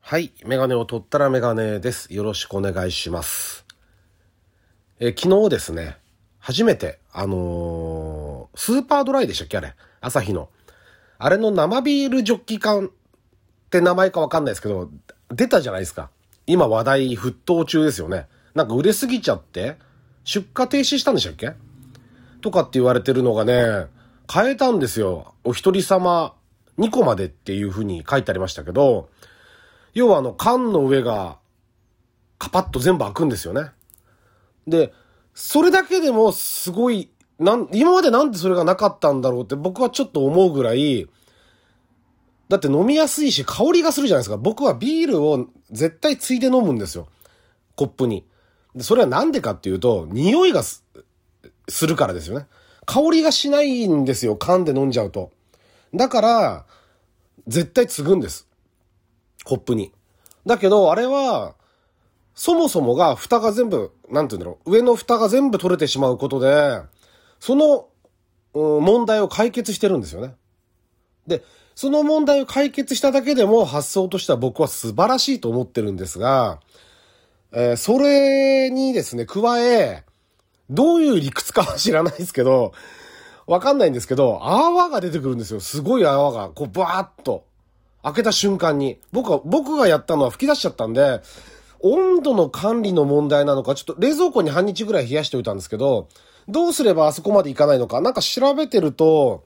はい。メガネを取ったらメガネです。よろしくお願いします。昨日ですね、初めて、スーパードライでしたっけあれ。朝日の。あれの生ビールジョッキ缶って名前かわかんないですけど、出たじゃないですか。今話題沸騰中ですよね。なんか売れすぎちゃって、出荷停止したんでしたっけとかって言われてるのがね、変えたんですよ。お一人様2個までっていう風に書いてありましたけど、要は缶の上がカパッと全部開くんですよね。で、それだけでもすごい、今までなんでそれがなかったんだろうって僕はちょっと思うぐらい、だって飲みやすいし香りがするじゃないですか。僕はビールを絶対ついで飲むんですよ。コップに。でそれはなんでかっていうと、匂いがするからですよね。香りがしないんですよ。缶で飲んじゃうと。だから、絶対継ぐんです。コップに。だけど、あれは、そもそもが蓋が全部、なんて言うんだろう、上の蓋が全部取れてしまうことで、その、問題を解決してるんですよね。で、その問題を解決しただけでも発想としては僕は素晴らしいと思ってるんですが、それにですね、加え、どういう理屈かは知らないですけど、わかんないんですけど、泡が出てくるんですよ。すごい泡が、こう、バーッと。開けた瞬間に。僕がやったのは吹き出しちゃったんで、温度の管理の問題なのか、ちょっと冷蔵庫に半日ぐらい冷やしておいたんですけど、どうすればあそこまでいかないのか、なんか調べてると、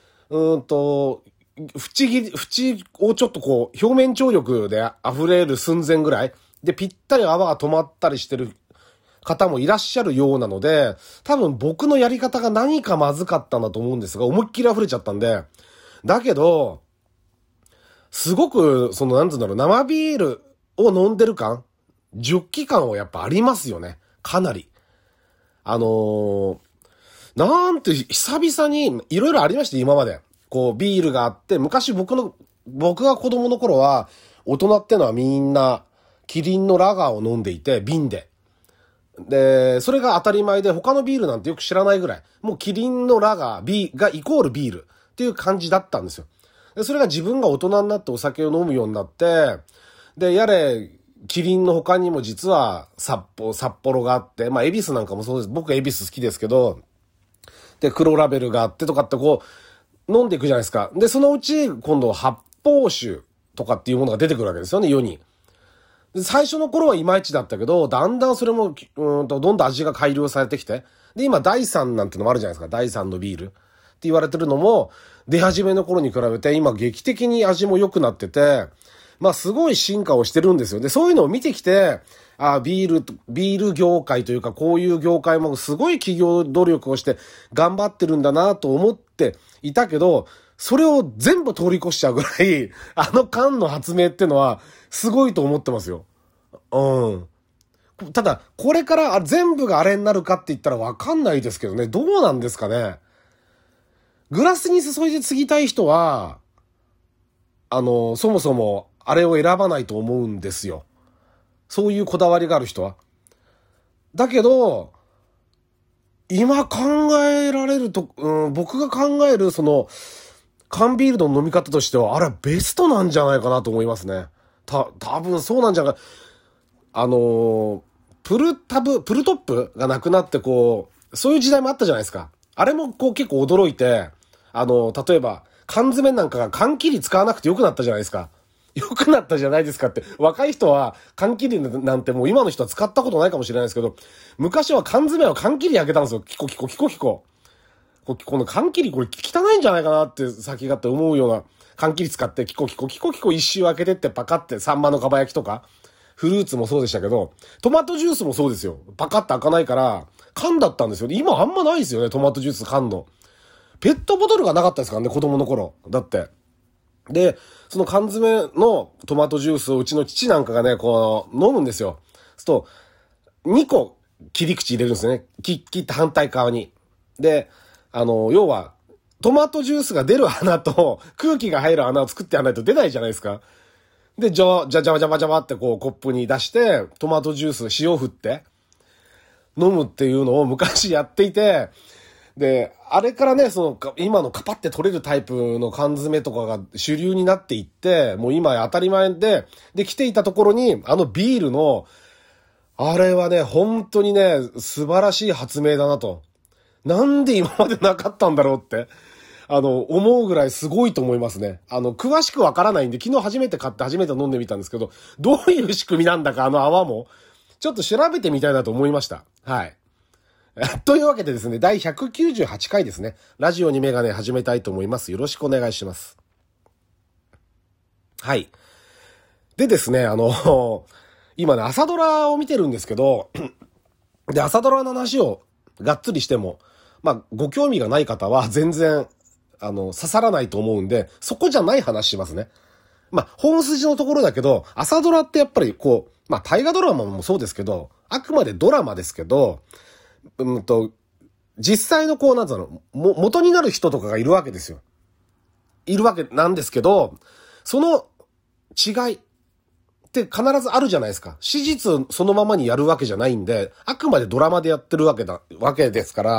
縁をちょっとこう、表面張力で溢れる寸前ぐらい、で、ぴったり泡が止まったりしてる方もいらっしゃるようなので、多分僕のやり方が何かまずかったんだと思うんですが、思いっきり溢れちゃったんで、だけど、すごく、なんつうんだろう、生ビールを飲んでる感ジョッキ感はやっぱありますよね。かなり。なんて、久々に、いろいろありました、今まで。こう、ビールがあって、昔僕が子供の頃は、大人ってのはみんな、キリンのラガーを飲んでいて、瓶で。で、それが当たり前で、他のビールなんてよく知らないぐらい。もうキリンのラガー、がイコールビールっていう感じだったんですよ。で、それが自分が大人になってお酒を飲むようになって、で、キリンの他にも実は札幌があって、まあ、エビスなんかもそうです。僕はエビス好きですけど、で、黒ラベルがあってとかってこう、飲んでいくじゃないですか。で、そのうち、今度発泡酒とかっていうものが出てくるわけですよね、世に。で最初の頃はいまいちだったけど、だんだんそれも、どんどん味が改良されてきて、で、今、第3なんてのもあるじゃないですか。第3のビールって言われてるのも、出始めの頃に比べて、今、劇的に味も良くなってて、まあ、すごい進化をしてるんですよ。で、そういうのを見てきて、ビール業界というか、こういう業界もすごい企業努力をして頑張ってるんだなと思っていたけど、それを全部通り越しちゃうぐらい、缶の発明ってのは、すごいと思ってますよ。うん。ただ、これから全部があれになるかって言ったらわかんないですけどね。どうなんですかね。グラスに注いで継ぎたい人は、そもそもあれを選ばないと思うんですよ。そういうこだわりがある人は。だけど、今考えられると、僕が考える缶ビールの飲み方としては、あれはベストなんじゃないかなと思いますね。多分そうなんじゃないか。プルトップがなくなってこう、そういう時代もあったじゃないですか。あれもこう結構驚いて、例えば、缶詰なんかが缶切り使わなくてよくなったじゃないですか。よくなったじゃないですかって。若い人は缶切りなんてもう今の人は使ったことないかもしれないですけど、昔は缶詰は缶切り開けたんですよ。キコ。この缶切りこれ汚いんじゃないかなって先がって思うような缶切り使ってキコ一周開けてってパカってサンマのかば焼きとか、フルーツもそうでしたけど、トマトジュースもそうですよ。パカッと開かないから、缶だったんですよ。今あんまないですよね、トマトジュース缶の。ペットボトルがなかったですからね、子供の頃。だって。で、その缶詰のトマトジュースをうちの父なんかがね、こう、飲むんですよ。そうすると、2個切り口入れるんですね。切って反対側に。で、要は、トマトジュースが出る穴と空気が入る穴を作ってやらないと出ないじゃないですか。で、じゃばってこうコップに出して、トマトジュース、塩振って、飲むっていうのを昔やっていて、 で、あれからね、今のカパって取れるタイプの缶詰とかが主流になっていって、もう今当たり前で、来ていたところに、ビールの、あれはね、本当にね、素晴らしい発明だなと。なんで今までなかったんだろうって、思うぐらいすごいと思いますね。詳しくわからないんで、昨日初めて買って初めて飲んでみたんですけど、どういう仕組みなんだか、泡も。ちょっと調べてみたいなと思いました。はい。というわけでですね、第198回ですね。ラジオにメガネ始めたいと思います。よろしくお願いします。はい。でですね、今ね、朝ドラを見てるんですけど、で、朝ドラの話をがっつりしても、ご興味がない方は全然、刺さらないと思うんで、そこじゃない話しますね。本筋のところだけど、朝ドラってやっぱり大河ドラマもそうですけど、あくまでドラマですけど、実際の元になる人とかがいるわけですよ。いるわけなんですけど、その違いって必ずあるじゃないですか。史実そのままにやるわけじゃないんで、あくまでドラマでやってるわけですから、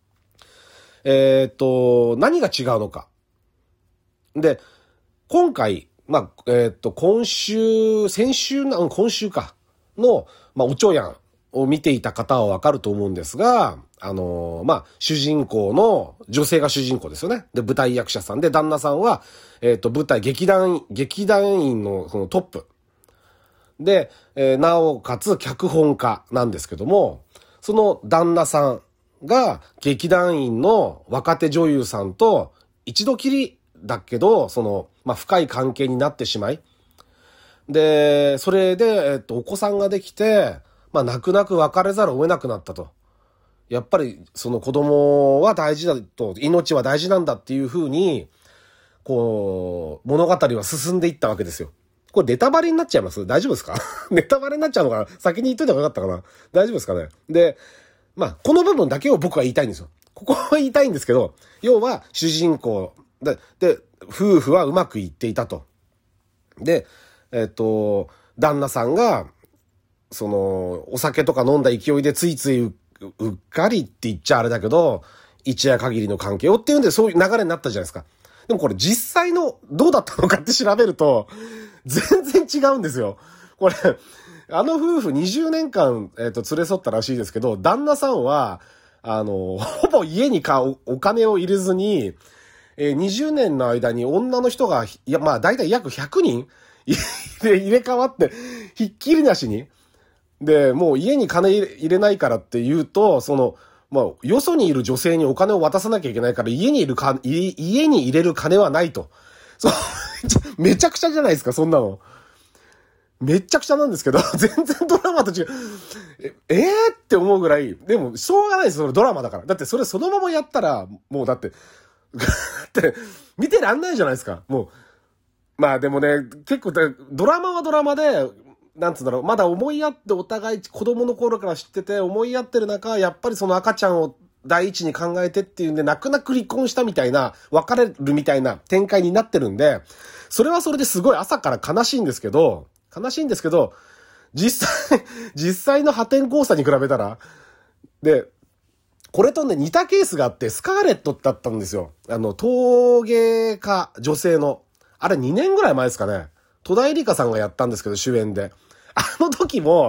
何が違うのか。で、今回、今週か、の、おちょやんを見ていた方はわかると思うんですが、主人公の、女性が主人公ですよね。で、舞台役者さんで、旦那さんは、舞台劇団員のそのトップ。で、なおかつ脚本家なんですけども、その旦那さんが劇団員の若手女優さんと一度きりだけど、深い関係になってしまい、で、それで、お子さんができて、泣く泣く別れざるを得なくなったと。やっぱり、その子供は大事だと、命は大事なんだっていう風に、物語は進んでいったわけですよ。これネタバレになっちゃいます？大丈夫ですか？ネタバレになっちゃうのかな？先に言っといた方がよかったかな？大丈夫ですかね？で、この部分だけを僕は言いたいんですよ。ここは言いたいんですけど、要は主人公で、夫婦はうまくいっていたと。で、旦那さんが、お酒とか飲んだ勢いでついついうっかりって言っちゃあれだけど、一夜限りの関係をっていうんでそういう流れになったじゃないですか。でもこれ実際のどうだったのかって調べると、全然違うんですよ。これ、夫婦20年間、連れ添ったらしいですけど、旦那さんは、ほぼ家にお金を入れずに、20年の間に女の人が、だいたい約100人入れ替わって、ひっきりなしに。で、もう家に金入れないからって言うと、よそにいる女性にお金を渡さなきゃいけないから家に入れる金はないと。めちゃくちゃじゃないですか、そんなの。めちゃくちゃなんですけど、全然ドラマと違う。って思うぐらい、でも、しょうがないです、それドラマだから。だってそれそのままやったら、もうだって、見てらんないじゃないですか、もう。でもね、結構、ドラマはドラマで、なんつうんだろう、まだ思い合ってお互い子供の頃から知ってて思い合ってる中、やっぱりその赤ちゃんを第一に考えてっていうんで、泣く泣く離婚したみたいな、別れるみたいな展開になってるんで、それはそれですごい朝から悲しいんですけど、実際の破天荒さに比べたら、で、これとね、似たケースがあって、スカーレットだったんですよ。陶芸家、女性の。あれ2年ぐらい前ですかね。戸田恵梨香さんがやったんですけど、主演で。あの時も、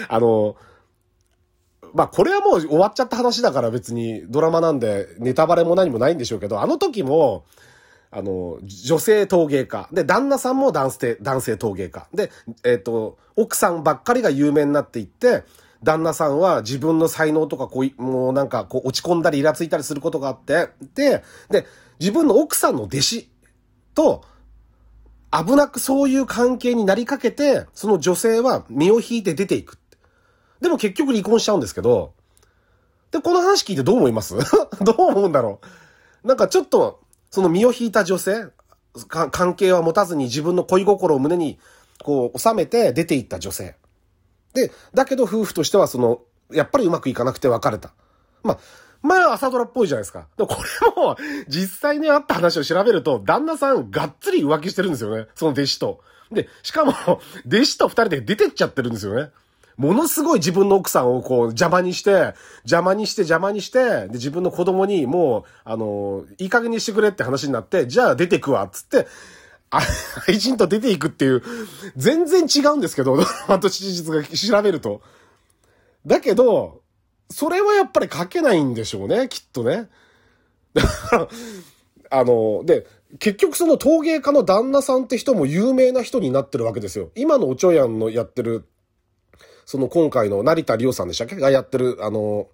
これはもう終わっちゃった話だから別にドラマなんでネタバレも何もないんでしょうけど、あの時も、女性陶芸家。で、旦那さんも男性陶芸家。で、奥さんばっかりが有名になっていって、旦那さんは自分の才能とかもうなんか落ち込んだりイラついたりすることがあって、で、自分の奥さんの弟子と、危なくそういう関係になりかけて、その女性は身を引いて出ていく。でも結局離婚しちゃうんですけど、で、この話聞いてどう思います？どう思うんだろう。なんかちょっと、その身を引いた女性、関係は持たずに自分の恋心を胸に収めて出ていった女性。で、だけど夫婦としてはやっぱりうまくいかなくて別れた。朝ドラっぽいじゃないですか。でもこれも、実際にあった話を調べると、旦那さんがっつり浮気してるんですよね。その弟子と。で、しかも、弟子と二人で出てっちゃってるんですよね。 ものすごい自分の奥さんをこう邪魔にして、で、自分の子供にもう、いい加減にしてくれって話になって、じゃあ出てくわ、つって、愛人と出ていくっていう、全然違うんですけど、ドラマと史実が調べると。だけど、それはやっぱり書けないんでしょうね、きっとね。だから、で、結局その陶芸家の旦那さんって人も有名な人になってるわけですよ。今のおちょやんのやってる、その今回の成田理央さんでしたっけがやってる、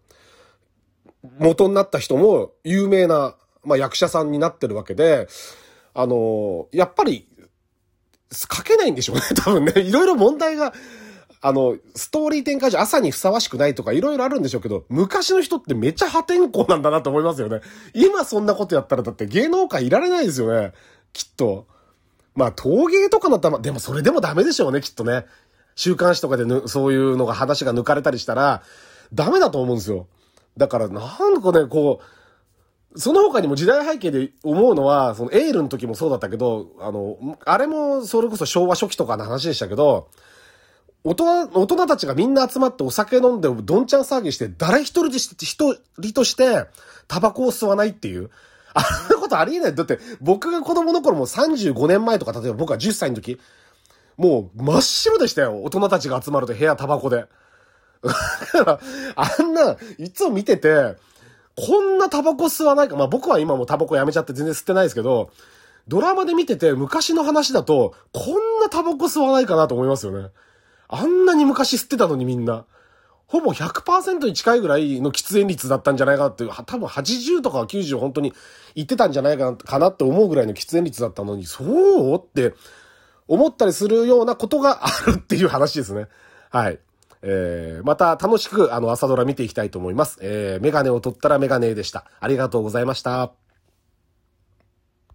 元になった人も有名な、役者さんになってるわけで、やっぱり、書けないんでしょうね、多分ね。いろいろ問題が、ストーリー展開上朝にふさわしくないとかいろいろあるんでしょうけど、昔の人ってめっちゃ破天荒なんだなと思いますよね。今そんなことやったらだって芸能界いられないですよね。きっと。陶芸とかのでもそれでもダメでしょうね、きっとね。週刊誌とかでそういうのが話が抜かれたりしたら、ダメだと思うんですよ。だからなんかね、こう、その他にも時代背景で思うのは、そのエールの時もそうだったけど、あれもそれこそ昭和初期とかの話でしたけど、大人たちがみんな集まってお酒飲んでどんちゃん騒ぎして、誰一人としてタバコを吸わないっていう。あんなことありえない。だって僕が子供の頃も35年前とか、例えば僕が10歳の時、もう真っ白でしたよ。大人たちが集まると部屋タバコで。だから、あんな、いつも見てて、こんなタバコ吸わないか。僕は今もタバコやめちゃって全然吸ってないですけど、ドラマで見てて昔の話だと、こんなタバコ吸わないかなと思いますよね。あんなに昔吸ってたのにみんな。ほぼ 100% に近いぐらいの喫煙率だったんじゃないかなっていう、多分80とか90本当に言ってたんじゃないかなって思うぐらいの喫煙率だったのに、そうって思ったりするようなことがあるっていう話ですね。はい。また楽しく朝ドラ見ていきたいと思います。メガネを取ったらメガネでした。ありがとうございました。